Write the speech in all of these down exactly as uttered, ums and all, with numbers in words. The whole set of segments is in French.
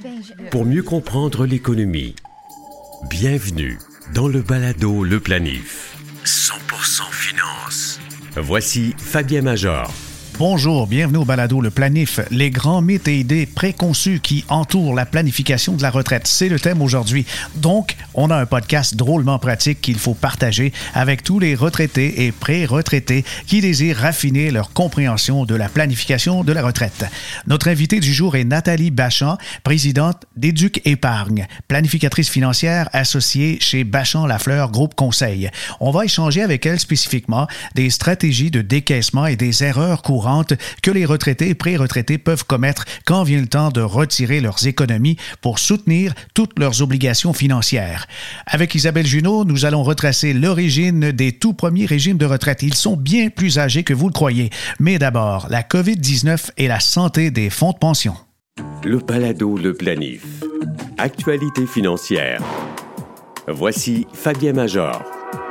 Pour mieux comprendre l'économie, bienvenue dans le balado Le Planif. cent pour cent finance. Voici Fabien Major. Bonjour, bienvenue au balado Le Planif, les grands mythes et idées préconçus qui entourent la planification de la retraite. C'est le thème aujourd'hui. Donc, on a un podcast drôlement pratique qu'il faut partager avec tous les retraités et pré-retraités qui désirent raffiner leur compréhension de la planification de la retraite. Notre invitée du jour est Nathalie Bachand, présidente d'Éduc Épargne, planificatrice financière associée chez Bachand Lafleur Groupe Conseil. On va échanger avec elle spécifiquement des stratégies de décaissement et des erreurs courantes que les retraités et pré-retraités peuvent commettre quand vient le temps de retirer leurs économies pour soutenir toutes leurs obligations financières. Avec Isabelle Junot, nous allons retracer l'origine des tout premiers régimes de retraite. Ils sont bien plus âgés que vous le croyez. Mais d'abord, la covid dix-neuf et la santé des fonds de pension. Le balado Le Planif. Actualité financière. Voici Fabien Major.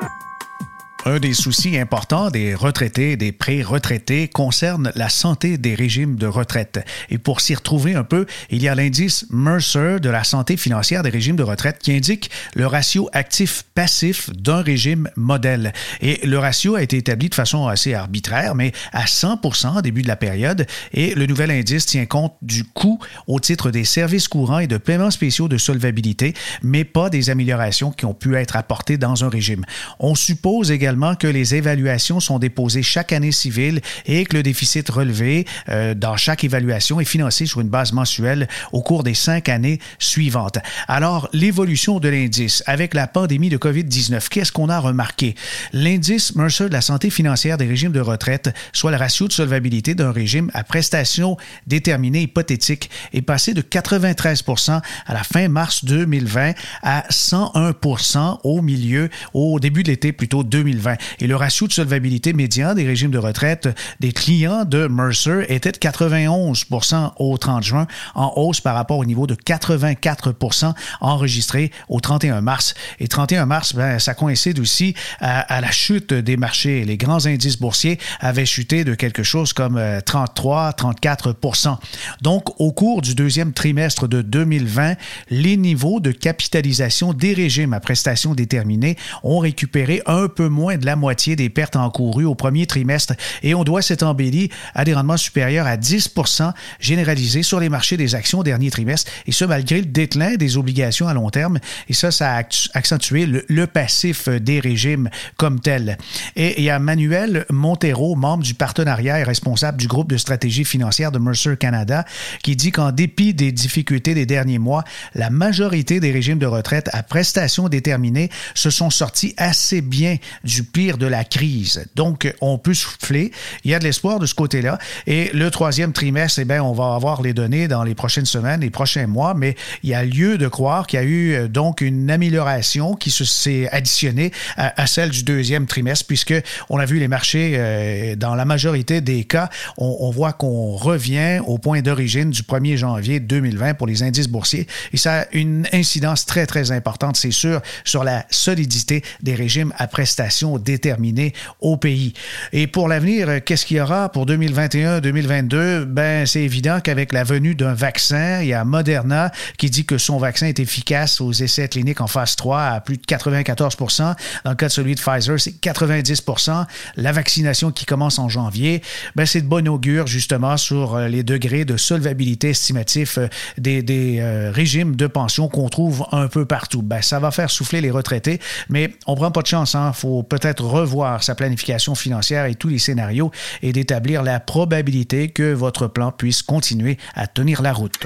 Un des soucis importants des retraités et des pré-retraités concerne la santé des régimes de retraite. Et pour s'y retrouver un peu, il y a l'indice Mercer de la santé financière des régimes de retraite qui indique le ratio actif-passif d'un régime modèle. Et le ratio a été établi de façon assez arbitraire, mais à cent pour cent au début de la période. Et le nouvel indice tient compte du coût au titre des services courants et de paiements spéciaux de solvabilité, mais pas des améliorations qui ont pu être apportées dans un régime. On suppose également que les évaluations sont déposées chaque année civile et que le déficit relevé euh, dans chaque évaluation est financé sur une base mensuelle au cours des cinq années suivantes. Alors, l'évolution de l'indice avec la pandémie de covid dix-neuf, qu'est-ce qu'on a remarqué? L'indice Mercer de la santé financière des régimes de retraite, soit le ratio de solvabilité d'un régime à prestations déterminées hypothétiques, est passé de quatre-vingt-treize pour cent à la fin mars deux mille vingt à cent un pour cent au milieu, au début de l'été plutôt deux mille vingt. Et le ratio de solvabilité médian des régimes de retraite des clients de Mercer était de quatre-vingt-onze pour cent au trente juin, en hausse par rapport au niveau de quatre-vingt-quatre pour cent enregistré au trente et un mars. Et trente et un mars, ben, ça coïncide aussi à, à la chute des marchés. Les grands indices boursiers avaient chuté de quelque chose comme trente-trois à trente-quatre pour cent. Donc, au cours du deuxième trimestre de deux mille vingt, les niveaux de capitalisation des régimes à prestations déterminées ont récupéré un peu moins de la moitié des pertes encourues au premier trimestre et on doit cette embellie à des rendements supérieurs à dix pour cent généralisés sur les marchés des actions au dernier trimestre et ce malgré le déclin des obligations à long terme et ça, ça a accentué le, le passif des régimes comme tel. Et il y a Manuel Montero, membre du partenariat et responsable du groupe de stratégie financière de Mercer Canada, qui dit qu'en dépit des difficultés des derniers mois, la majorité des régimes de retraite à prestations déterminées se sont sortis assez bien du pire de la crise. Donc, on peut souffler. Il y a de l'espoir de ce côté-là. Et le troisième trimestre, eh bien, on va avoir les données dans les prochaines semaines, les prochains mois, mais il y a lieu de croire qu'il y a eu donc une amélioration qui se, s'est additionnée à, à celle du deuxième trimestre, puisque on a vu les marchés, euh, dans la majorité des cas, on, on voit qu'on revient au point d'origine du premier janvier deux mille vingt pour les indices boursiers. Et ça a une incidence très, très importante, c'est sûr, sur la solidité des régimes à prestations déterminées au pays. Et pour l'avenir, qu'est-ce qu'il y aura pour deux mille vingt et un deux mille vingt-deux? Ben, c'est évident qu'avec la venue d'un vaccin, il y a Moderna qui dit que son vaccin est efficace aux essais cliniques en phase trois à plus de quatre-vingt-quatorze pour cent. Dans le cas de celui de Pfizer, c'est quatre-vingt-dix pour cent. La vaccination qui commence en janvier, ben, c'est de bon augure justement sur les degrés de solvabilité estimatifs des, des euh, régimes de pension qu'on trouve un peu partout. Ben, ça va faire souffler les retraités, mais on prend pas de chance, hein. Faut peut-être revoir sa planification financière et tous les scénarios et d'établir la probabilité que votre plan puisse continuer à tenir la route.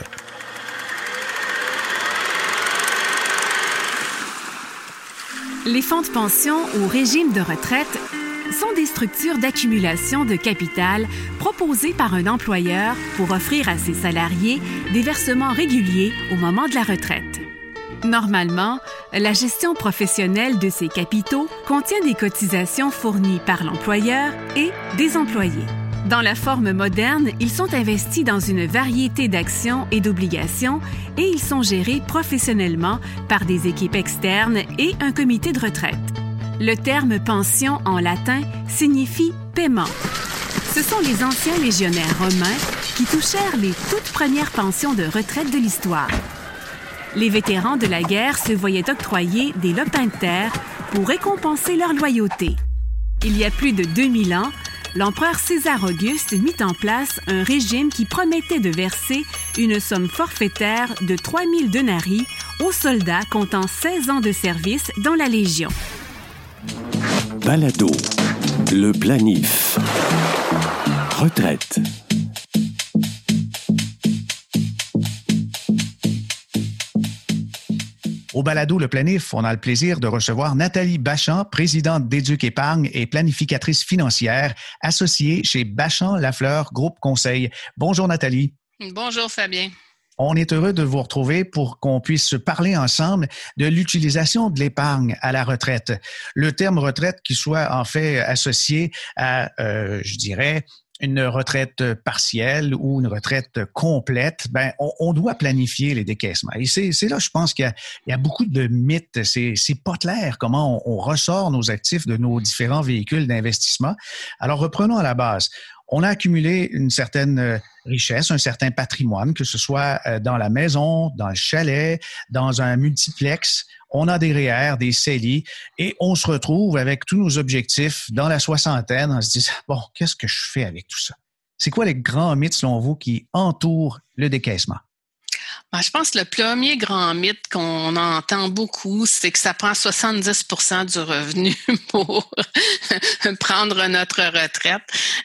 Les fonds de pension ou régimes de retraite sont des structures d'accumulation de capital proposées par un employeur pour offrir à ses salariés des versements réguliers au moment de la retraite. Normalement, la gestion professionnelle de ces capitaux contient des cotisations fournies par l'employeur et des employés. Dans la forme moderne, ils sont investis dans une variété d'actions et d'obligations et ils sont gérés professionnellement par des équipes externes et un comité de retraite. Le terme « pension » en latin signifie « paiement ». Ce sont les anciens légionnaires romains qui touchèrent les toutes premières pensions de retraite de l'histoire. Les vétérans de la guerre se voyaient octroyer des lopins de terre pour récompenser leur loyauté. Il y a plus de deux mille ans, l'empereur César Auguste mit en place un régime qui promettait de verser une somme forfaitaire de trois mille denarii aux soldats comptant seize ans de service dans la Légion. Balado, le planif. Retraite. Au balado Le Planif, on a le plaisir de recevoir Nathalie Bachand, présidente d'Éduc Épargne et planificatrice financière, associée chez Bachand Lafleur Groupe Conseil. Bonjour Nathalie. Bonjour Fabien. On est heureux de vous retrouver pour qu'on puisse se parler ensemble de l'utilisation de l'épargne à la retraite. Le terme retraite qui soit en fait associé à, euh, je dirais, une retraite partielle ou une retraite complète, ben on, on doit planifier les décaissements. Et c'est, c'est là, je pense qu'il y a, il y a beaucoup de mythes. C'est, c'est pas clair comment on, on ressort nos actifs de nos différents véhicules d'investissement. Alors, reprenons à la base. On a accumulé une certaine richesse, un certain patrimoine, que ce soit dans la maison, dans le chalet, dans un multiplex. On a des R E E R, des C E L I, et on se retrouve avec tous nos objectifs dans la soixantaine en se disant, bon, qu'est-ce que je fais avec tout ça? C'est quoi les grands mythes, selon vous, qui entourent le décaissement? Ben, je pense que le premier grand mythe qu'on entend beaucoup, c'est que ça prend soixante-dix pour cent du revenu pour prendre notre retraite.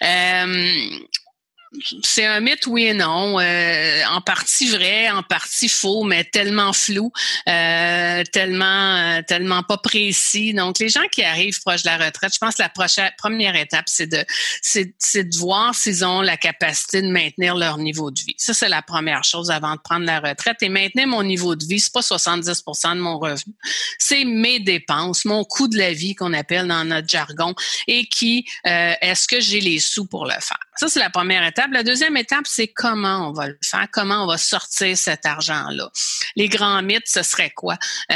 Euh, C'est un mythe, oui et non. Euh, en partie vrai, en partie faux, mais tellement flou, euh, tellement euh, tellement pas précis. Donc, les gens qui arrivent proche de la retraite, je pense que la prochaine, première étape, c'est de c'est, c'est de voir s'ils ont la capacité de maintenir leur niveau de vie. Ça, c'est la première chose avant de prendre la retraite. Et maintenir mon niveau de vie, c'est pas soixante-dix pour cent de mon revenu. C'est mes dépenses, mon coût de la vie qu'on appelle dans notre jargon, et qui, euh, est-ce que j'ai les sous pour le faire? Ça, c'est la première étape. La deuxième étape, c'est comment on va le faire, comment on va sortir cet argent-là. Les grands mythes, ce serait quoi?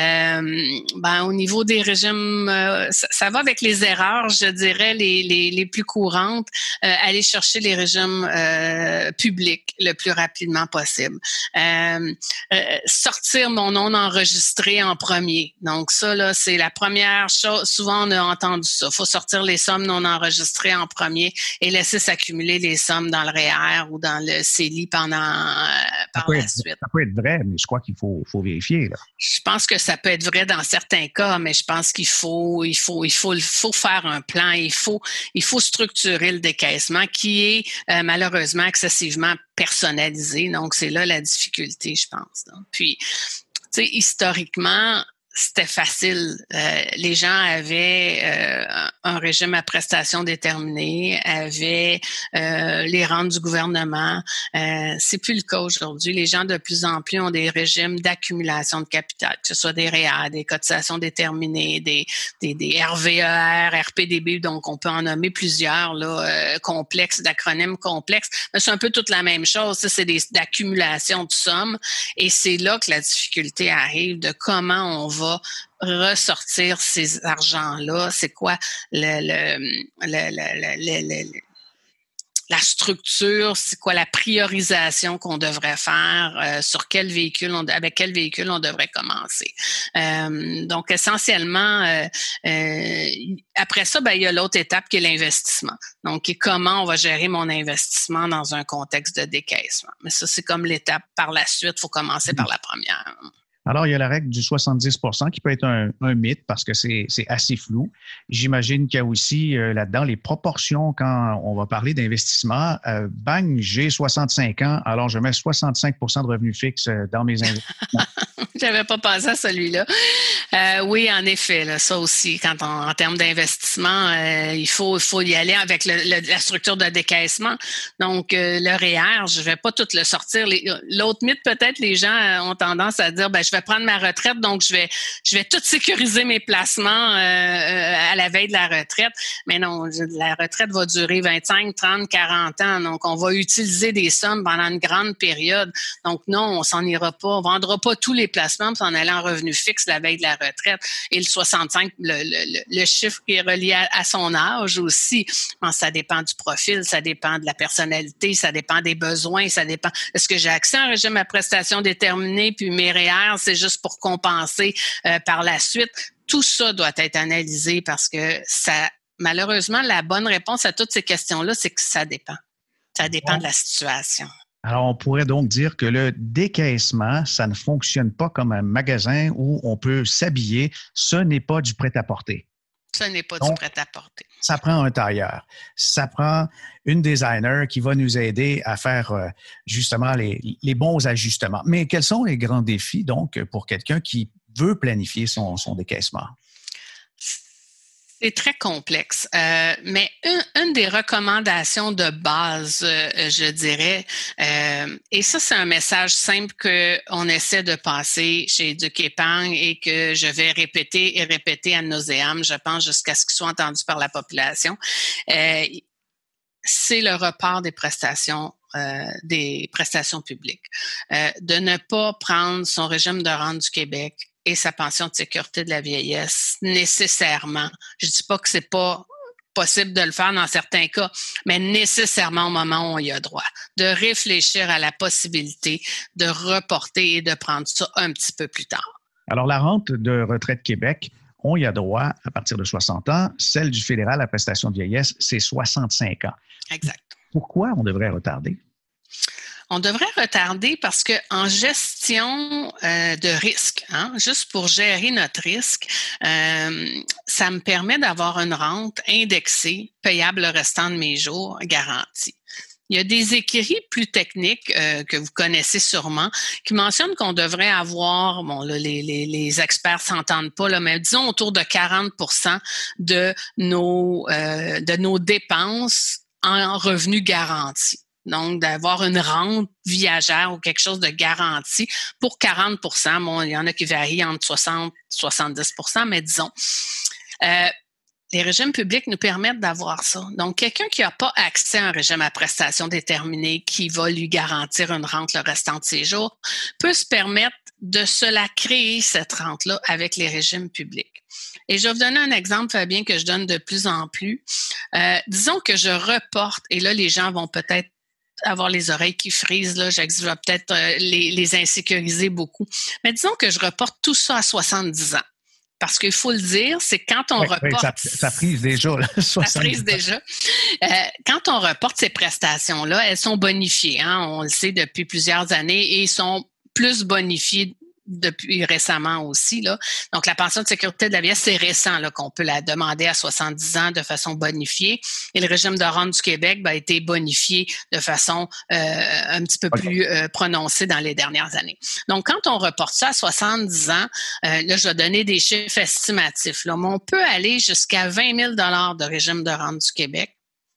Euh, ben, au niveau des régimes, euh, ça, ça va avec les erreurs, je dirais, les, les, les plus courantes. Euh, aller chercher les régimes euh, publics le plus rapidement possible. Euh, euh, sortir mon non enregistré en premier. Donc, ça, là, c'est la première chose. Souvent, on a entendu ça. Il faut sortir les sommes non enregistrées en premier et laisser s'accumuler les sommes dans le R E E R ou dans le C E L I pendant euh, par la être, suite. Ça peut être vrai, mais je crois qu'il faut, faut vérifier, là. Je pense que ça peut être vrai dans certains cas, mais je pense qu'il faut, il faut, il faut, il faut faire un plan. Il faut, il faut structurer le décaissement qui est euh, malheureusement excessivement personnalisé. Donc, c'est là la difficulté, je pense. Donc, puis, tu sais, historiquement, c'était facile. Euh, les gens avaient euh, un régime à prestations déterminées, avaient euh, les rentes du gouvernement. Euh, c'est plus le cas aujourd'hui. Les gens de plus en plus ont des régimes d'accumulation de capital, que ce soit des R E E R, des cotisations déterminées, des, des, des R V E R, R P D B, donc on peut en nommer plusieurs là, euh, complexes, d'acronymes complexes. Mais c'est un peu toute la même chose. Ça, c'est des d'accumulation de sommes. Et c'est là que la difficulté arrive de comment on va ressortir ces argents-là. C'est quoi le, le, le, le, le, le, la structure, c'est quoi la priorisation qu'on devrait faire, euh, sur quel véhicule, on, avec quel véhicule on devrait commencer. Euh, donc, essentiellement, euh, euh, après ça, ben, il y a l'autre étape qui est l'investissement. Donc, comment on va gérer mon investissement dans un contexte de décaissement. Mais ça, c'est comme l'étape par la suite. Il faut commencer par la première. Alors, il y a la règle du soixante-dix pour cent qui peut être un, un mythe parce que c'est, c'est assez flou. J'imagine qu'il y a aussi euh, là-dedans les proportions quand on va parler d'investissement. Euh, bang, j'ai soixante-cinq ans, alors je mets soixante-cinq pour cent de revenus fixes dans mes investissements. J'avais pas pensé à celui-là. Euh, oui, en effet, là, ça aussi, quand on, en termes d'investissement, euh, il faut, il faut y aller avec le, le, la structure de décaissement. Donc, euh, le R E E R, je vais pas tout le sortir. Les, l'autre mythe, peut-être, les gens ont tendance à dire, ben, je vais prendre ma retraite, donc je vais, je vais tout sécuriser mes placements euh, à la veille de la retraite. Mais non, la retraite va durer vingt-cinq, trente, quarante ans. Donc, on va utiliser des sommes pendant une grande période. Donc, non, on s'en ira pas. On vendra pas tous les placements pour s'en aller en revenu fixe la veille de la retraite. Et le soixante-cinq, le, le, le chiffre qui est relié à, à son âge aussi. Bon, ça dépend du profil, ça dépend de la personnalité, ça dépend des besoins, ça dépend. Est-ce que j'ai accès à un régime à prestations déterminées, puis mes R E E R, c'est juste pour compenser euh, par la suite. Tout ça doit être analysé parce que ça, malheureusement, la bonne réponse à toutes ces questions-là, c'est que ça dépend. Ça dépend de la situation. Alors, on pourrait donc dire que le décaissement, ça ne fonctionne pas comme un magasin où on peut s'habiller. Ce n'est pas du prêt-à-porter. Ce n'est pas donc, du prêt-à-porter. Ça prend un tailleur. Ça prend une designer qui va nous aider à faire euh, justement les, les bons ajustements. Mais quels sont les grands défis, donc, pour quelqu'un qui veut planifier son, son décaissement? C'est très complexe, euh, mais une, une des recommandations de base, euh, je dirais, euh, et ça c'est un message simple qu'on essaie de passer chez Éduc-Épargne et que je vais répéter et répéter ad nauseam, je pense, jusqu'à ce qu'il soit entendu par la population, euh, c'est le report des prestations Euh, des prestations publiques. Euh, de ne pas prendre son régime de rente du Québec et sa pension de sécurité de la vieillesse nécessairement. Je dis pas que c'est pas possible de le faire dans certains cas, mais nécessairement au moment où on y a droit. De réfléchir à la possibilité de reporter et de prendre ça un petit peu plus tard. Alors, la rente de retraite Québec, on y a droit à partir de soixante ans. Celle du fédéral, la prestation de vieillesse, c'est soixante-cinq ans. Exact. Pourquoi on devrait retarder? On devrait retarder parce que en gestion euh, de risque, hein, juste pour gérer notre risque, euh, ça me permet d'avoir une rente indexée, payable le restant de mes jours, garantie. Il y a des écrits plus techniques euh, que vous connaissez sûrement qui mentionnent qu'on devrait avoir, bon là, les, les, les experts s'entendent pas, là, mais disons autour de quarante pour cent de nos, euh, de nos dépenses en revenus garantis. Donc, d'avoir une rente viagère ou quelque chose de garanti pour quarante pour cent. Bon, il y en a qui varient entre soixante et soixante-dix pour cent, mais disons. Euh, les régimes publics nous permettent d'avoir ça. Donc, quelqu'un qui n'a pas accès à un régime à prestations déterminées qui va lui garantir une rente le restant de ses jours peut se permettre de se la créer, cette rente-là, avec les régimes publics. Et je vais vous donner un exemple, Fabien, que je donne de plus en plus. Euh, disons que je reporte, et là, les gens vont peut-être avoir les oreilles qui frisent, là, je vais peut-être euh, les, les insécuriser beaucoup. Mais disons que je reporte tout ça à soixante-dix ans. Parce qu'il faut le dire, c'est quand on oui, reporte... Oui, ça, ça frise déjà. Là, ça frise déjà. Euh, quand on reporte ces prestations-là, elles sont bonifiées. Hein, on le sait depuis plusieurs années et sont plus bonifiées depuis récemment aussi, là. Donc, la pension de sécurité de la vieillesse, c'est récent, là, qu'on peut la demander à soixante-dix ans de façon bonifiée. Et le régime de rente du Québec, ben, a été bonifié de façon euh, un petit peu okay. plus euh, prononcée dans les dernières années. Donc, quand on reporte ça à soixante-dix ans, euh, là, je vais donner des chiffres estimatifs, là, mais on peut aller jusqu'à vingt mille dollars de régime de rente du Québec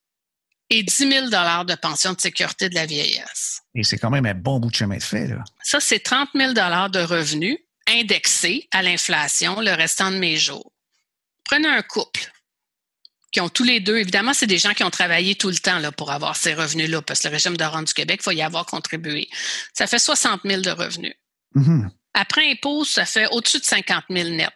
et dix mille dollars de pension de sécurité de la vieillesse. Et c'est quand même un bon bout de chemin de fait, là. Ça, c'est trente mille dollars de revenus indexés à l'inflation le restant de mes jours. Prenez un couple qui ont tous les deux, évidemment, c'est des gens qui ont travaillé tout le temps là, pour avoir ces revenus-là, parce que le régime de rente du Québec, il faut y avoir contribué. Ça fait soixante mille de revenus. Mm-hmm. Après impôt, ça fait au-dessus de cinquante mille net.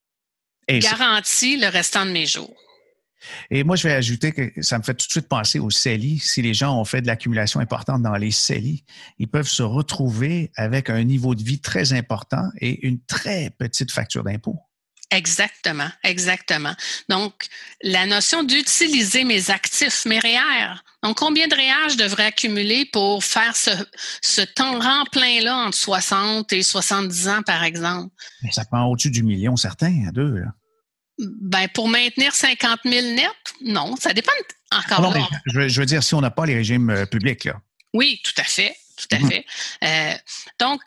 Et garanti le restant de mes jours. Et moi, je vais ajouter que ça me fait tout de suite penser aux C E L I. Si les gens ont fait de l'accumulation importante dans les C E L I, ils peuvent se retrouver avec un niveau de vie très important et une très petite facture d'impôt. Exactement, exactement. Donc, la notion d'utiliser mes actifs, mes R E E R. Donc, combien de R E E R je devrais accumuler pour faire ce, ce temps remplant-là entre soixante et soixante-dix ans, par exemple? Ça prend au-dessus du million, certains, à deux, là. Ben, pour maintenir cinquante mille net, non, ça dépend encore. Non, mais je, veux, je veux dire, si on n'a pas les régimes euh, publics, là. Oui, tout à fait, tout à mmh. fait. Euh, donc,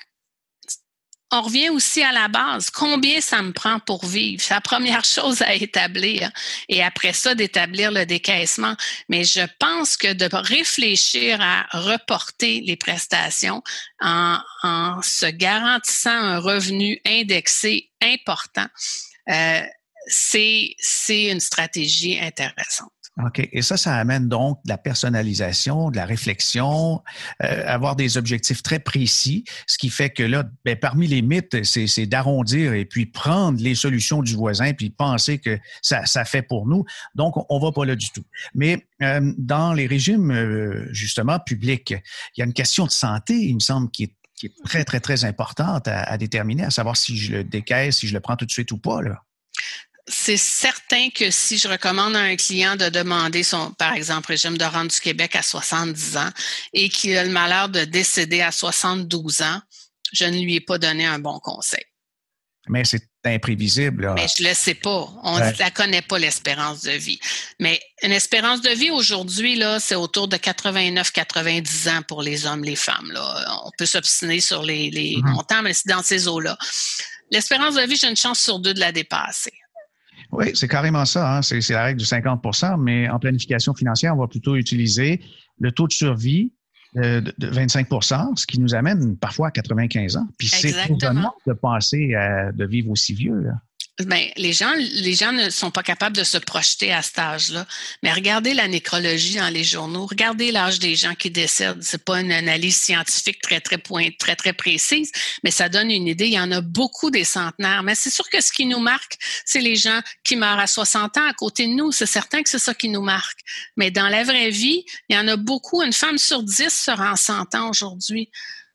on revient aussi à la base. Combien ça me prend pour vivre? C'est la première chose à établir. Et après ça, d'établir le décaissement. Mais je pense que de réfléchir à reporter les prestations en, en se garantissant un revenu indexé important, euh, C'est, c'est une stratégie intéressante. OK. Et ça, ça amène donc de la personnalisation, de la réflexion, euh, avoir des objectifs très précis, ce qui fait que là, ben, parmi les mythes, c'est, c'est d'arrondir et puis prendre les solutions du voisin puis penser que ça, ça fait pour nous. Donc, on ne va pas là du tout. Mais euh, dans les régimes, euh, justement, publics, il y a une question de santé, il me semble, qui est qui est très, très, très importante à, à déterminer, à savoir si je le décaisse, si je le prends tout de suite ou pas, là. C'est certain que si je recommande à un client de demander son, par exemple, régime de rente du Québec à soixante-dix ans et qu'il a le malheur de décéder à soixante-douze ans, je ne lui ai pas donné un bon conseil. Mais c'est imprévisible, là. Mais je ne le sais pas. On ne ouais. la connaît pas, l'espérance de vie. Mais une espérance de vie aujourd'hui, là, c'est autour de quatre-vingt-neuf à quatre-vingt-dix ans pour les hommes, les femmes, là. On peut s'obstiner sur les, les mm-hmm. montants, mais c'est dans ces eaux-là. L'espérance de vie, j'ai une chance sur deux de la dépasser. Oui, c'est carrément ça. Hein? C'est, c'est la règle du cinquante pour cent, mais en planification financière, on va plutôt utiliser le taux de survie de, de vingt-cinq pour cent, ce qui nous amène parfois à quatre-vingt-quinze ans. Puis c'est étonnant de penser à, de vivre aussi vieux, là. Bien, les gens, les gens ne sont pas capables de se projeter à cet âge-là. Mais regardez la nécrologie dans les journaux. Regardez l'âge des gens qui décèdent. C'est pas une analyse scientifique très, très pointe, très, très précise, mais ça donne une idée. Il y en a beaucoup des centenaires. Mais c'est sûr que ce qui nous marque, c'est les gens qui meurent à soixante ans à côté de nous. C'est certain que c'est ça qui nous marque. Mais dans la vraie vie, il y en a beaucoup. Une femme sur dix se rend cent ans aujourd'hui.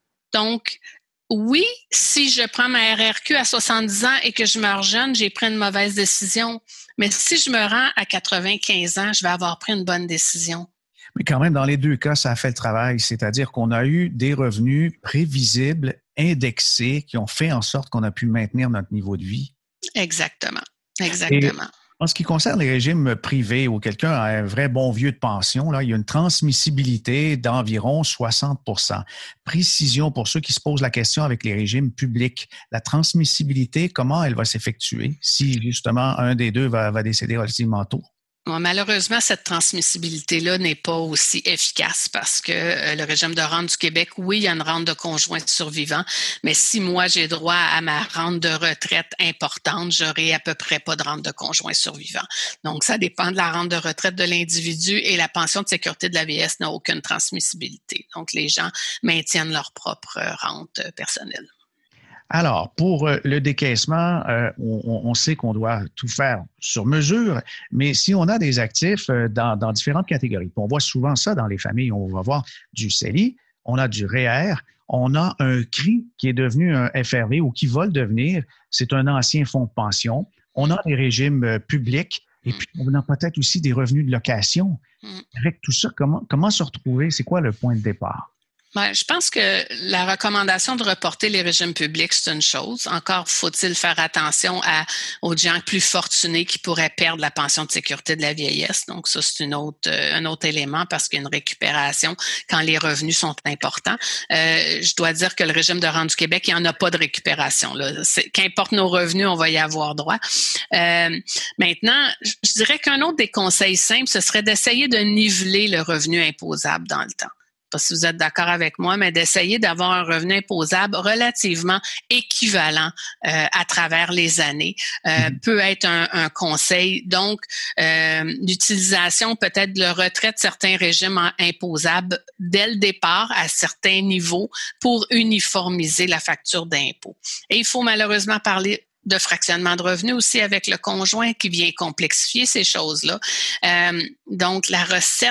Donc, oui, si je prends ma R R Q à soixante-dix ans et que je meurs jeune, j'ai pris une mauvaise décision. Mais si je me rends à quatre-vingt-quinze ans, je vais avoir pris une bonne décision. Mais quand même, dans les deux cas, ça a fait le travail. C'est-à-dire qu'on a eu des revenus prévisibles, indexés, qui ont fait en sorte qu'on a pu maintenir notre niveau de vie. Exactement. Exactement. Et en ce qui concerne les régimes privés où quelqu'un a un vrai bon vieux de pension, là, il y a une transmissibilité d'environ soixante pour cent. Précision pour ceux qui se posent la question avec les régimes publics. La transmissibilité, comment elle va s'effectuer si justement un des deux va, va décéder relativement tôt? Bon, malheureusement, cette transmissibilité-là n'est pas aussi efficace parce que euh, le régime de rente du Québec, oui, il y a une rente de conjoint survivant, mais si moi, j'ai droit à ma rente de retraite importante, j'aurai à peu près pas de rente de conjoint survivant. Donc, ça dépend de la rente de retraite de l'individu et la pension de sécurité de la vieillesse n'a aucune transmissibilité. Donc, les gens maintiennent leur propre rente personnelle. Alors, pour le décaissement, euh, on, on sait qu'on doit tout faire sur mesure, mais si on a des actifs dans, dans différentes catégories, on voit souvent ça dans les familles, on va voir du C E L I, on a du R E E R, on a un C R I qui est devenu un F R V ou qui va le devenir, c'est un ancien fonds de pension, on a des régimes publics et puis on a peut-être aussi des revenus de location. Avec tout ça, comment, comment se retrouver? C'est quoi le point de départ? Bien, je pense que la recommandation de reporter les régimes publics, c'est une chose. Encore faut-il faire attention à, aux gens plus fortunés qui pourraient perdre la pension de sécurité de la vieillesse. Donc, ça, c'est une autre, un autre élément parce qu'il y a une récupération quand les revenus sont importants. Euh, je dois dire que le régime de rente du Québec, il n'y en a pas de récupération, là. C'est, qu'importe nos revenus, on va y avoir droit. Euh, maintenant, je dirais qu'un autre des conseils simples, ce serait d'essayer de niveler le revenu imposable dans le temps. Pas si vous êtes d'accord avec moi, mais d'essayer d'avoir un revenu imposable relativement équivalent euh, à travers les années euh, mmh. peut être un, un conseil. Donc, euh, l'utilisation peut-être de le retrait de certains régimes imposables dès le départ à certains niveaux pour uniformiser la facture d'impôt. Et il faut malheureusement parler de fractionnement de revenus aussi avec le conjoint qui vient complexifier ces choses-là. Euh, donc, la recette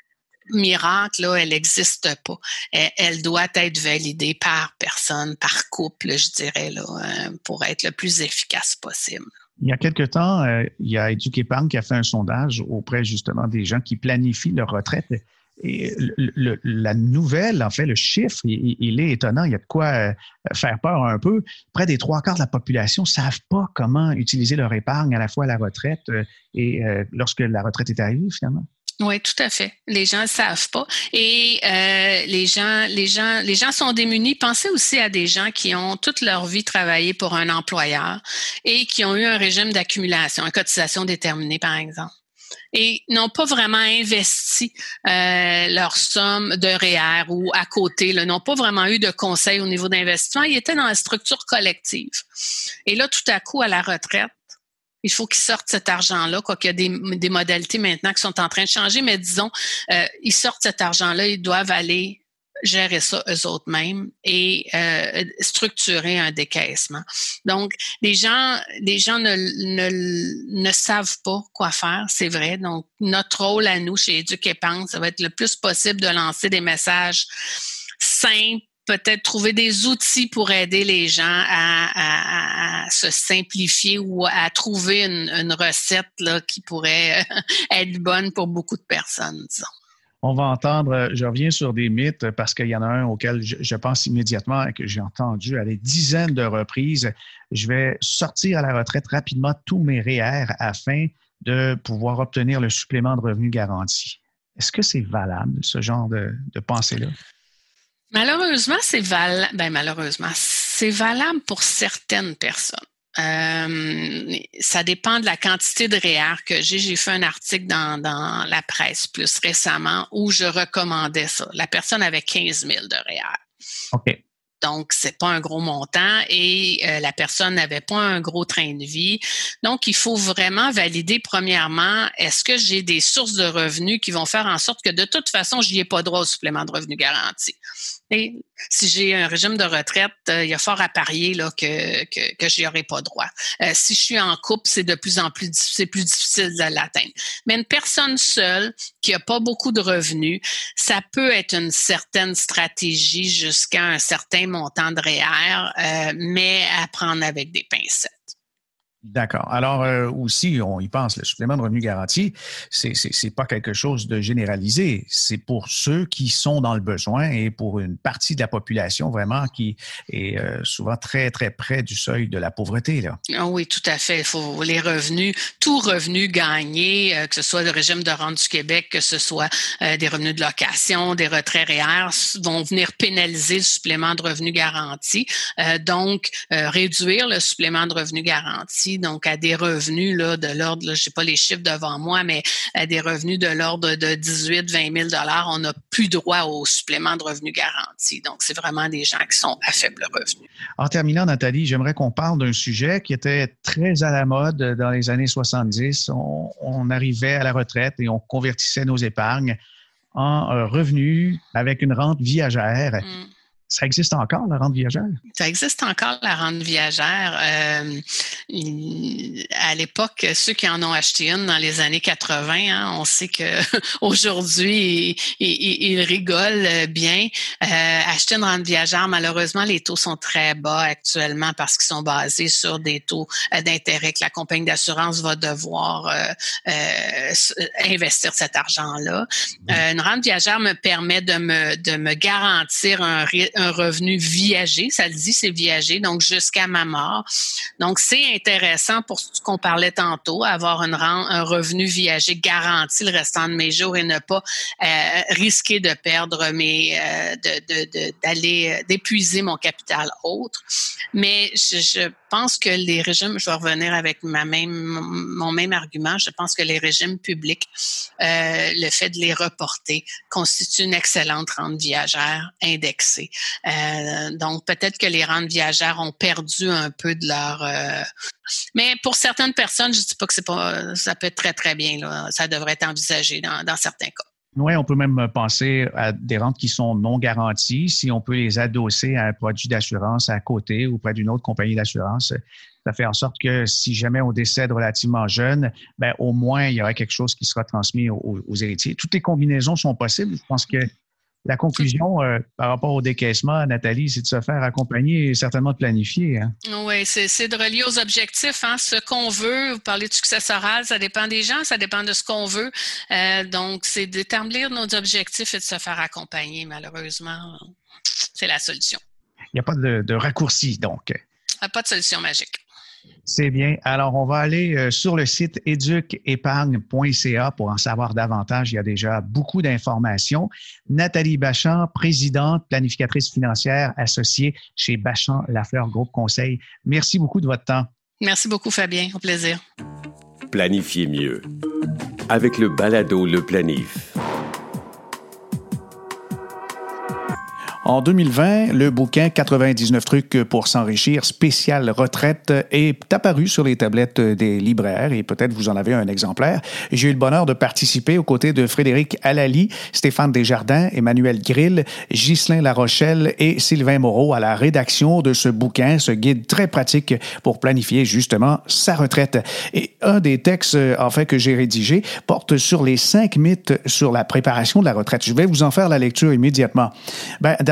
miracle, là, elle n'existe pas. Elle, elle doit être validée par personne, par couple, je dirais, là, pour être le plus efficace possible. Il y a quelque temps, euh, il y a Éduc-Épargne qui a fait un sondage auprès justement des gens qui planifient leur retraite. Et le, le, la nouvelle, en fait, le chiffre, il, il est étonnant. Il y a de quoi faire peur un peu. Près des trois quarts de la population ne savent pas comment utiliser leur épargne à la fois à la retraite et euh, lorsque la retraite est arrivée, finalement. Oui, tout à fait. Les gens ne savent pas. Et euh, les gens, les gens, les gens sont démunis. Pensez aussi à des gens qui ont toute leur vie travaillé pour un employeur et qui ont eu un régime d'accumulation, une cotisation déterminée, par exemple, et n'ont pas vraiment investi euh, leur somme de R E E R ou à côté, là, n'ont pas vraiment eu de conseils au niveau d'investissement. Ils étaient dans la structure collective. Et là, tout à coup, à la retraite, il faut qu'ils sortent cet argent-là, quoi qu'il y a des, des modalités maintenant qui sont en train de changer, mais disons, euh, ils sortent cet argent-là, ils doivent aller gérer ça eux autres mêmes et euh, structurer un décaissement. Donc, les gens, les gens ne, ne, ne savent pas quoi faire, c'est vrai. Donc, notre rôle à nous chez Éduc-Épargne, ça va être le plus possible de lancer des messages simples, peut-être trouver des outils pour aider les gens à, à, à se simplifier ou à trouver une, une recette là, qui pourrait être bonne pour beaucoup de personnes, disons. On va entendre, je reviens sur des mythes parce qu'il y en a un auquel je, je pense immédiatement et que j'ai entendu à des dizaines de reprises. Je vais sortir à la retraite rapidement tous mes R E E R afin de pouvoir obtenir le supplément de revenu garanti. Est-ce que c'est valable, ce genre de, de pensée-là? Malheureusement, c'est val... ben, malheureusement, c'est valable pour certaines personnes. Euh, ça dépend de la quantité de R E E R que j'ai. J'ai fait un article dans, dans la presse plus récemment où je recommandais ça. La personne avait quinze mille de R E E R. OK. Donc, c'est pas un gros montant et euh, la personne n'avait pas un gros train de vie. Donc, il faut vraiment valider premièrement, est-ce que j'ai des sources de revenus qui vont faire en sorte que de toute façon, je n'y ai pas droit au supplément de revenu garanti. Et si j'ai un régime de retraite, euh, il y a fort à parier là, que, que, que j'y aurai pas droit. Euh, si je suis en couple, c'est de plus en plus c'est plus difficile de l'atteindre. Mais une personne seule qui a pas beaucoup de revenus, ça peut être une certaine stratégie jusqu'à un certain montant de R E E R, euh, mais à prendre avec des pincettes. D'accord. Alors, euh, aussi, on y pense, le supplément de revenu garanti, c'est, c'est, c'est pas quelque chose de généralisé. C'est pour ceux qui sont dans le besoin et pour une partie de la population vraiment qui est euh, souvent très, très près du seuil de la pauvreté, là. Ah oui, tout à fait. Il faut les revenus, tout revenu gagné, euh, que ce soit le régime de rente du Québec, que ce soit euh, des revenus de location, des retraits R E E R, vont venir pénaliser le supplément de revenu garanti. Euh, donc, euh, réduire le supplément de revenu garanti, donc à des revenus là, de l'ordre, là, je sais pas les chiffres devant moi, mais à des revenus de l'ordre de dix-huit à vingt mille dollars, on n'a plus droit au supplément de revenu garanti. Donc, c'est vraiment des gens qui sont à faible revenu. En terminant, Nathalie, j'aimerais qu'on parle d'un sujet qui était très à la mode dans les années soixante-dix. On, on arrivait à la retraite et on convertissait nos épargnes en euh, revenus avec une rente viagère. Mm. Ça existe encore, la rente viagère? Ça existe encore, la rente viagère. Euh, il, à l'époque, ceux qui en ont acheté une dans les années quatre-vingts, hein, on sait qu'aujourd'hui, ils, ils, ils rigolent bien. Euh, acheter une rente viagère, malheureusement, les taux sont très bas actuellement parce qu'ils sont basés sur des taux d'intérêt que la compagnie d'assurance va devoir euh, euh, investir cet argent-là. Euh, une rente viagère me permet de me, de me garantir un risque un revenu viager, ça le dit, c'est viager, donc jusqu'à ma mort. Donc, c'est intéressant pour ce qu'on parlait tantôt, avoir une rente, un revenu viager garanti le restant de mes jours et ne pas euh, risquer de perdre mes, euh, de, de, de, d'aller, euh, d'épuiser mon capital autre. Mais je, je pense que les régimes, je vais revenir avec ma même, mon même argument, je pense que les régimes publics, euh, le fait de les reporter constitue une excellente rente viagère indexée. Euh, donc, peut-être que les rentes viagères ont perdu un peu de leur... Euh, mais pour certaines personnes, je ne dis pas que c'est pas, ça peut être très, très bien. Là. Ça devrait être envisagé dans, dans certains cas. Oui, on peut même penser à des rentes qui sont non garanties. Si on peut les adosser à un produit d'assurance à côté ou près d'une autre compagnie d'assurance, ça fait en sorte que si jamais on décède relativement jeune, ben au moins, il y aura quelque chose qui sera transmis aux, aux héritiers. Toutes les combinaisons sont possibles. Je pense que la conclusion euh, par rapport au décaissement, Nathalie, c'est de se faire accompagner et certainement de planifier. Hein? Oui, c'est, c'est de relier aux objectifs. Hein? Ce qu'on veut, vous parlez de successoral, ça dépend des gens, ça dépend de ce qu'on veut. Euh, donc, c'est d'établir nos objectifs et de se faire accompagner, malheureusement. C'est la solution. Il n'y a pas de, de raccourci, donc. Pas de solution magique. C'est bien. Alors, on va aller euh, sur le site éduc épargne point c a pour en savoir davantage. Il y a déjà beaucoup d'informations. Nathalie Bachand, présidente, planificatrice financière associée chez Bachand Lafleur Groupe Conseil. Merci beaucoup de votre temps. Merci beaucoup, Fabien. Au plaisir. Planifiez mieux avec le balado Le Planif. En deux mille vingt, le bouquin quatre-vingt-dix-neuf trucs pour s'enrichir spécial retraite est apparu sur les tablettes des libraires et peut-être vous en avez un exemplaire. J'ai eu le bonheur de participer aux côtés de Frédéric Allali, Stéphane Desjardins, Emmanuel Grill, Ghislain Larochelle et Sylvain Moreau à la rédaction de ce bouquin, ce guide très pratique pour planifier justement sa retraite. Et un des textes en fait que j'ai rédigé porte sur les cinq mythes sur la préparation de la retraite. Je vais vous en faire la lecture immédiatement. Ben, d'abord,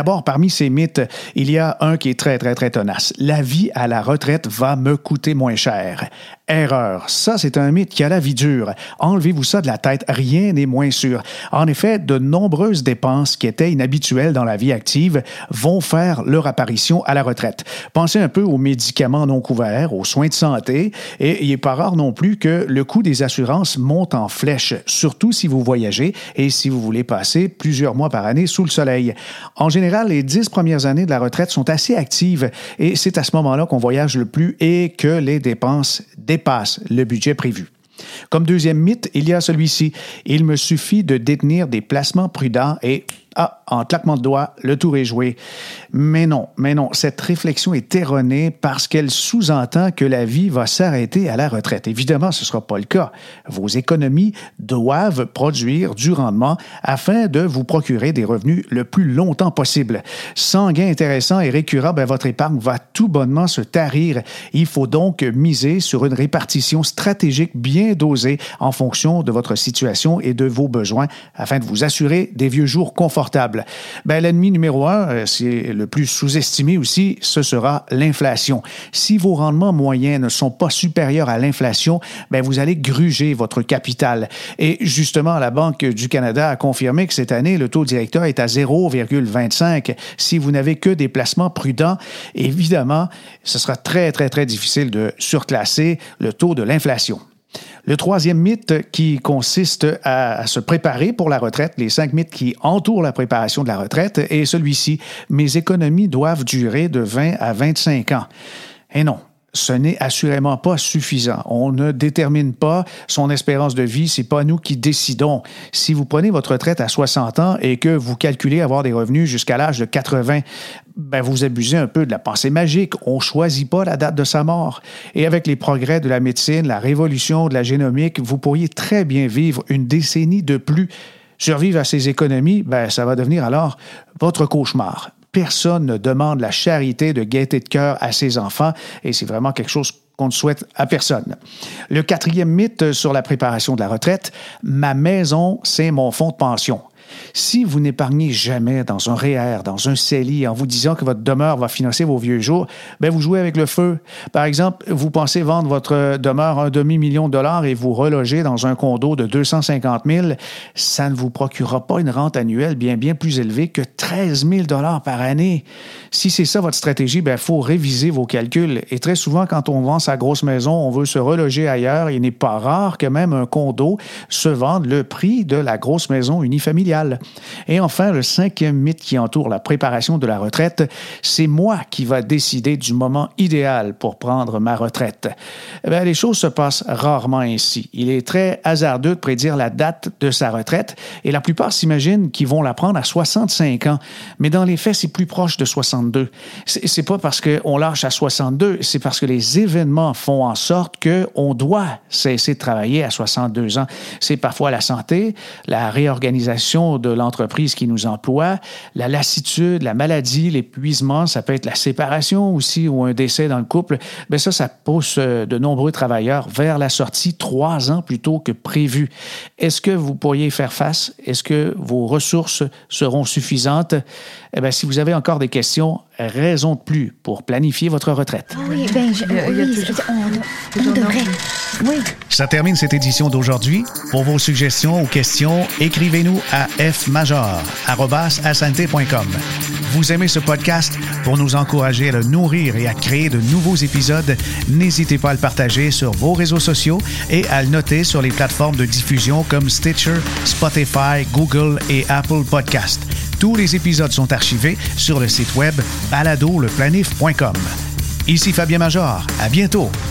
D'abord, parmi ces mythes, il y a un qui est très, très, très tenace. La vie à la retraite va me coûter moins cher. Erreur. Ça, c'est un mythe qui a la vie dure. Enlevez-vous ça de la tête, rien n'est moins sûr. En effet, de nombreuses dépenses qui étaient inhabituelles dans la vie active vont faire leur apparition à la retraite. Pensez un peu aux médicaments non couverts, aux soins de santé, et il n'est pas rare non plus que le coût des assurances monte en flèche, surtout si vous voyagez et si vous voulez passer plusieurs mois par année sous le soleil. En général, les dix premières années de la retraite sont assez actives et c'est à ce moment-là qu'on voyage le plus et que les dépenses dépassent le budget prévu. Comme deuxième mythe, il y a celui-ci. Il me suffit de détenir des placements prudents et... Ah, en claquement de doigts, le tour est joué. Mais non, mais non, cette réflexion est erronée parce qu'elle sous-entend que la vie va s'arrêter à la retraite. Évidemment, ce ne sera pas le cas. Vos économies doivent produire du rendement afin de vous procurer des revenus le plus longtemps possible. Sans gain intéressant et récurrent, ben, votre épargne va tout bonnement se tarir. Il faut donc miser sur une répartition stratégique bien dosée en fonction de votre situation et de vos besoins afin de vous assurer des vieux jours confortables. Ben, l'ennemi numéro un, c'est le plus sous-estimé aussi, ce sera l'inflation. Si vos rendements moyens ne sont pas supérieurs à l'inflation, ben, vous allez gruger votre capital. Et justement, la Banque du Canada a confirmé que cette année, le taux directeur est à zéro virgule vingt-cinq. Si vous n'avez que des placements prudents, évidemment, ce sera très, très, très difficile de surclasser le taux de l'inflation. Le troisième mythe qui consiste à, à se préparer pour la retraite, les cinq mythes qui entourent la préparation de la retraite, est celui-ci. Mes économies doivent durer de vingt à vingt-cinq ans. Et non. Ce n'est assurément pas suffisant. On ne détermine pas son espérance de vie, c'est pas nous qui décidons. Si vous prenez votre retraite à soixante ans et que vous calculez avoir des revenus jusqu'à l'âge de quatre-vingts, ben vous abusez un peu de la pensée magique. On ne choisit pas la date de sa mort. Et avec les progrès de la médecine, la révolution de la génomique, vous pourriez très bien vivre une décennie de plus. Survivre à ces économies, ben ça va devenir alors votre cauchemar. Personne ne demande la charité de gaieté de cœur à ses enfants et c'est vraiment quelque chose qu'on ne souhaite à personne. Le quatrième mythe sur la préparation de la retraite, ma maison, c'est mon fonds de pension. Si vous n'épargnez jamais dans un R E E R, dans un C E L I, en vous disant que votre demeure va financer vos vieux jours, bien vous jouez avec le feu. Par exemple, vous pensez vendre votre demeure un demi-million de dollars et vous relogez dans un condo de deux cent cinquante mille, ça ne vous procurera pas une rente annuelle bien, bien plus élevée que treize mille dollars par année. Si c'est ça votre stratégie, bien, il faut réviser vos calculs. Et très souvent, quand on vend sa grosse maison, on veut se reloger ailleurs. Il n'est pas rare que même un condo se vende le prix de la grosse maison unifamiliale. Et enfin, le cinquième mythe qui entoure la préparation de la retraite, c'est moi qui va décider du moment idéal pour prendre ma retraite. Eh bien, les choses se passent rarement ainsi. Il est très hasardeux de prédire la date de sa retraite et la plupart s'imaginent qu'ils vont la prendre à soixante-cinq ans. Mais dans les faits, c'est plus proche de soixante-deux. C'est, c'est pas parce qu'on lâche à soixante-deux, c'est parce que les événements font en sorte qu'on doit cesser de travailler à soixante-deux ans. C'est parfois la santé, la réorganisation de l'entreprise qui nous emploie, la lassitude, la maladie, l'épuisement, ça peut être la séparation aussi ou un décès dans le couple. Bien ça, ça pousse de nombreux travailleurs vers la sortie trois ans plus tôt que prévu. Est-ce que vous pourriez y faire face? Est-ce que vos ressources seront suffisantes? Eh bien, si vous avez encore des questions, raison de plus pour planifier votre retraite. Oui, bien, je, oui, on, on devrait. Oui. Ça termine cette édition d'aujourd'hui. Pour vos suggestions ou questions, écrivez-nous à f major arobase asante point com. Vous aimez ce podcast? Pour nous encourager à le nourrir et à créer de nouveaux épisodes, n'hésitez pas à le partager sur vos réseaux sociaux et à le noter sur les plateformes de diffusion comme Stitcher, Spotify, Google et Apple Podcasts. Tous les épisodes sont archivés sur le site web balado le planif point com. Ici Fabien Major. À bientôt.